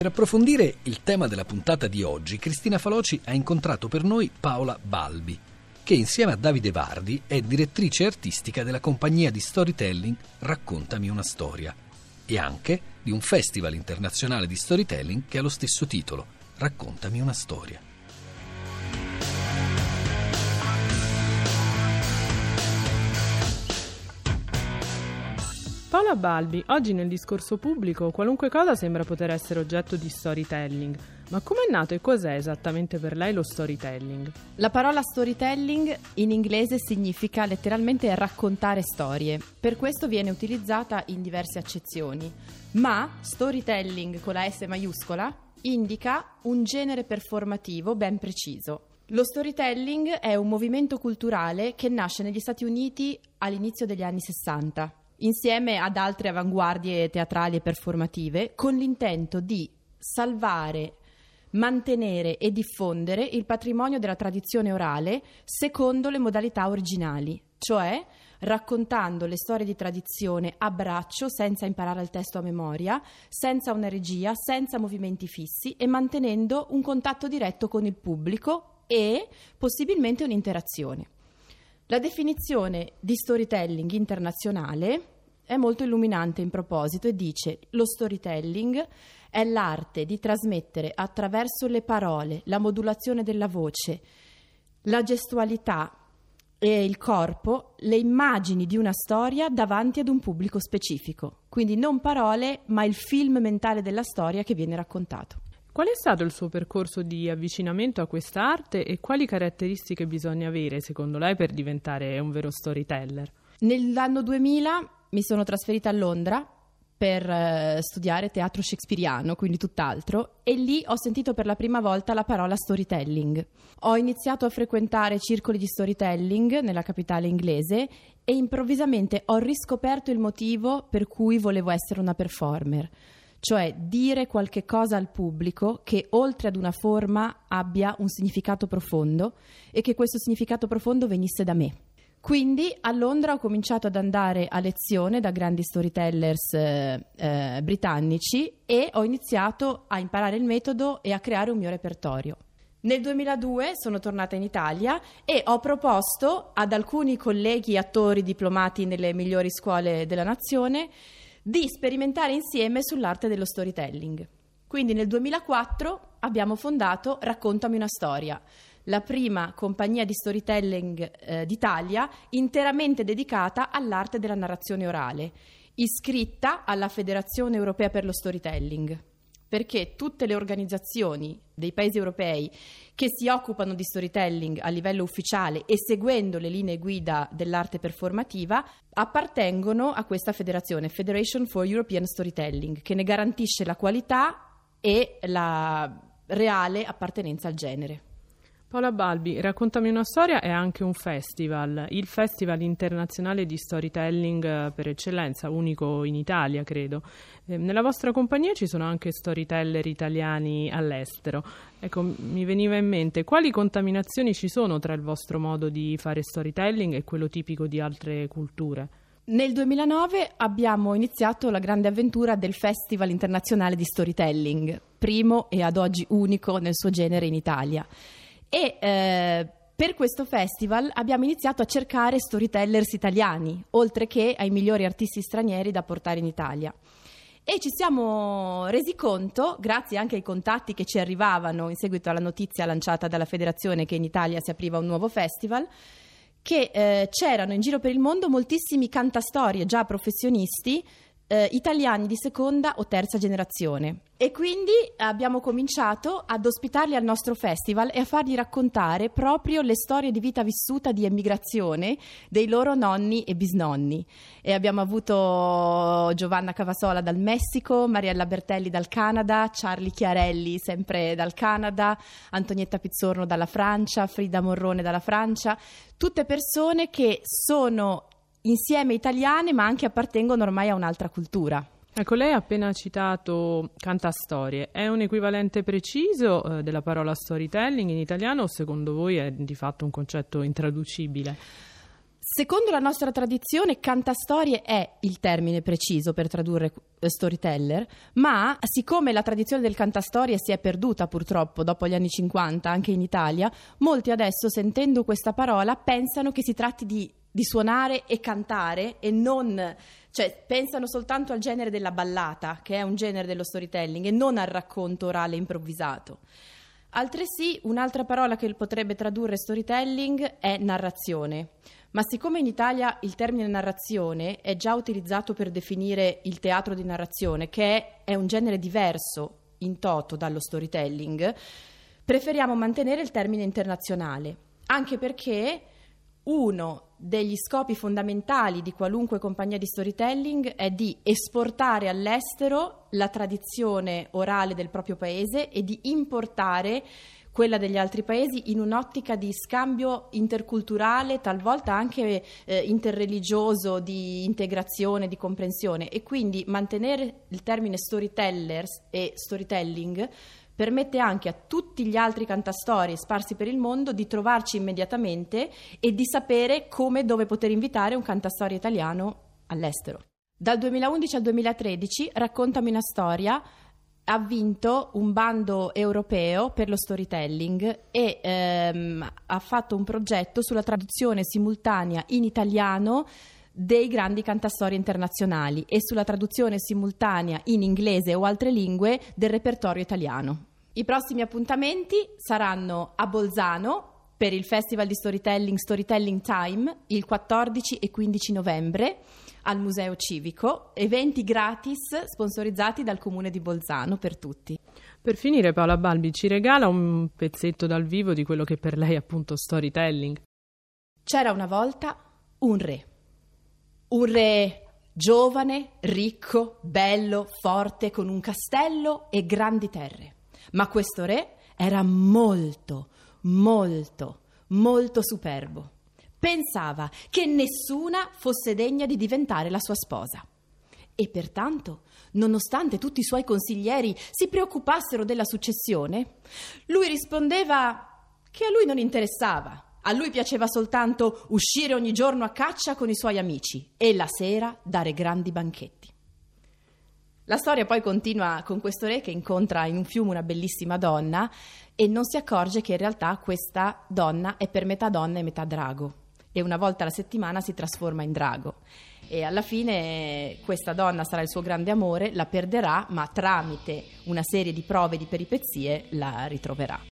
Per approfondire il tema della puntata di oggi, Cristina Faloci ha incontrato per noi Paola Balbi, che insieme a Davide Vardi è direttrice artistica della compagnia di storytelling Raccontami una storia e anche di un festival internazionale di storytelling che ha lo stesso titolo, Raccontami una storia. Paola Balbi, oggi nel discorso pubblico qualunque cosa sembra poter essere oggetto di storytelling, ma com'è nato e cos'è esattamente per lei lo storytelling? La parola storytelling in inglese significa letteralmente raccontare storie, per questo viene utilizzata in diverse accezioni, ma storytelling con la S maiuscola indica un genere performativo ben preciso. Lo storytelling è un movimento culturale che nasce negli Stati Uniti all'inizio degli anni 60. Insieme ad altre avanguardie teatrali e performative, con l'intento di salvare, mantenere e diffondere il patrimonio della tradizione orale secondo le modalità originali, cioè raccontando le storie di tradizione a braccio, senza imparare il testo a memoria, senza una regia, senza movimenti fissi e mantenendo un contatto diretto con il pubblico e possibilmente un'interazione. La definizione di storytelling internazionale è molto illuminante in proposito e dice: lo storytelling è l'arte di trasmettere attraverso le parole, la modulazione della voce, la gestualità e il corpo, le immagini di una storia davanti ad un pubblico specifico. Quindi non parole, ma il film mentale della storia che viene raccontato. Qual è stato il suo percorso di avvicinamento a questa arte e quali caratteristiche bisogna avere, secondo lei, per diventare un vero storyteller? Nell'anno 2000 mi sono trasferita a Londra per studiare teatro shakespeariano, quindi tutt'altro, e lì ho sentito per la prima volta la parola storytelling. Ho iniziato a frequentare circoli di storytelling nella capitale inglese e improvvisamente ho riscoperto il motivo per cui volevo essere una performer. Cioè dire qualche cosa al pubblico che oltre ad una forma abbia un significato profondo e che questo significato profondo venisse da me. Quindi a Londra ho cominciato ad andare a lezione da grandi storytellers britannici e ho iniziato a imparare il metodo e a creare un mio repertorio. Nel 2002 sono tornata in Italia e ho proposto ad alcuni colleghi attori diplomati nelle migliori scuole della nazione di sperimentare insieme sull'arte dello storytelling. Quindi nel 2004 abbiamo fondato Raccontami una storia, la prima compagnia di storytelling d'Italia interamente dedicata all'arte della narrazione orale, iscritta alla Federazione Europea per lo Storytelling, perché tutte le organizzazioni dei paesi europei che si occupano di storytelling a livello ufficiale e seguendo le linee guida dell'arte performativa appartengono a questa federazione, Federation for European Storytelling, che ne garantisce la qualità e la reale appartenenza al genere. Paola Balbi, Raccontami una storia è anche un festival, il Festival Internazionale di Storytelling per eccellenza, unico in Italia, credo. Nella vostra compagnia ci sono anche storyteller italiani all'estero. Ecco, mi veniva in mente, quali contaminazioni ci sono tra il vostro modo di fare storytelling e quello tipico di altre culture? Nel 2009 abbiamo iniziato la grande avventura del Festival Internazionale di Storytelling, primo e ad oggi unico nel suo genere in Italia. E per questo festival abbiamo iniziato a cercare storytellers italiani, oltre che ai migliori artisti stranieri da portare in Italia. E ci siamo resi conto, grazie anche ai contatti che ci arrivavano in seguito alla notizia lanciata dalla federazione che in Italia si apriva un nuovo festival, che c'erano in giro per il mondo moltissimi cantastorie già professionisti italiani di seconda o terza generazione. E quindi abbiamo cominciato ad ospitarli al nostro festival e a fargli raccontare proprio le storie di vita vissuta di emigrazione dei loro nonni e bisnonni. E abbiamo avuto Giovanna Cavasola dal Messico, Mariella Bertelli dal Canada, Charlie Chiarelli sempre dal Canada, Antonietta Pizzorno dalla Francia, Frida Morrone dalla Francia, tutte persone che sono insieme italiane ma anche appartengono ormai a un'altra cultura. Ecco, lei ha appena citato cantastorie, è un equivalente preciso della parola storytelling in italiano o secondo voi è di fatto un concetto intraducibile? Secondo la nostra tradizione, cantastorie è il termine preciso per tradurre storyteller, ma siccome la tradizione del cantastorie si è perduta purtroppo dopo gli anni 50 anche in Italia, molti adesso, sentendo questa parola, pensano che si tratti di suonare e cantare e non, cioè pensano soltanto al genere della ballata, che è un genere dello storytelling, e non al racconto orale improvvisato. Altresì, un'altra parola che potrebbe tradurre storytelling è narrazione. Ma siccome in Italia il termine narrazione è già utilizzato per definire il teatro di narrazione, che è un genere diverso in toto dallo storytelling, preferiamo mantenere il termine internazionale, anche perché uno degli scopi fondamentali di qualunque compagnia di storytelling è di esportare all'estero la tradizione orale del proprio paese e di importare quella degli altri paesi in un'ottica di scambio interculturale, talvolta anche interreligioso, di integrazione, di comprensione, e quindi mantenere il termine storytellers e storytelling permette anche a tutti gli altri cantastorie sparsi per il mondo di trovarci immediatamente e di sapere come e dove poter invitare un cantastorie italiano all'estero. Dal 2011 al 2013 Raccontami una storia ha vinto un bando europeo per lo storytelling e ha fatto un progetto sulla traduzione simultanea in italiano dei grandi cantastorie internazionali e sulla traduzione simultanea in inglese o altre lingue del repertorio italiano. I prossimi appuntamenti saranno a Bolzano per il Festival di Storytelling Storytelling Time il 14 e 15 novembre al Museo Civico, eventi gratis sponsorizzati dal Comune di Bolzano per tutti. Per finire, Paola Balbi ci regala un pezzetto dal vivo di quello che per lei è appunto storytelling. C'era una volta un re giovane, ricco, bello, forte, con un castello e grandi terre. Ma questo re era molto, molto, molto superbo. Pensava che nessuna fosse degna di diventare la sua sposa. E pertanto, nonostante tutti i suoi consiglieri si preoccupassero della successione, lui rispondeva che a lui non interessava. A lui piaceva soltanto uscire ogni giorno a caccia con i suoi amici e la sera dare grandi banchetti. La storia poi continua con questo re che incontra in un fiume una bellissima donna e non si accorge che in realtà questa donna è per metà donna e metà drago. E una volta alla settimana si trasforma in drago e alla fine questa donna sarà il suo grande amore, la perderà, ma tramite una serie di prove e di peripezie la ritroverà.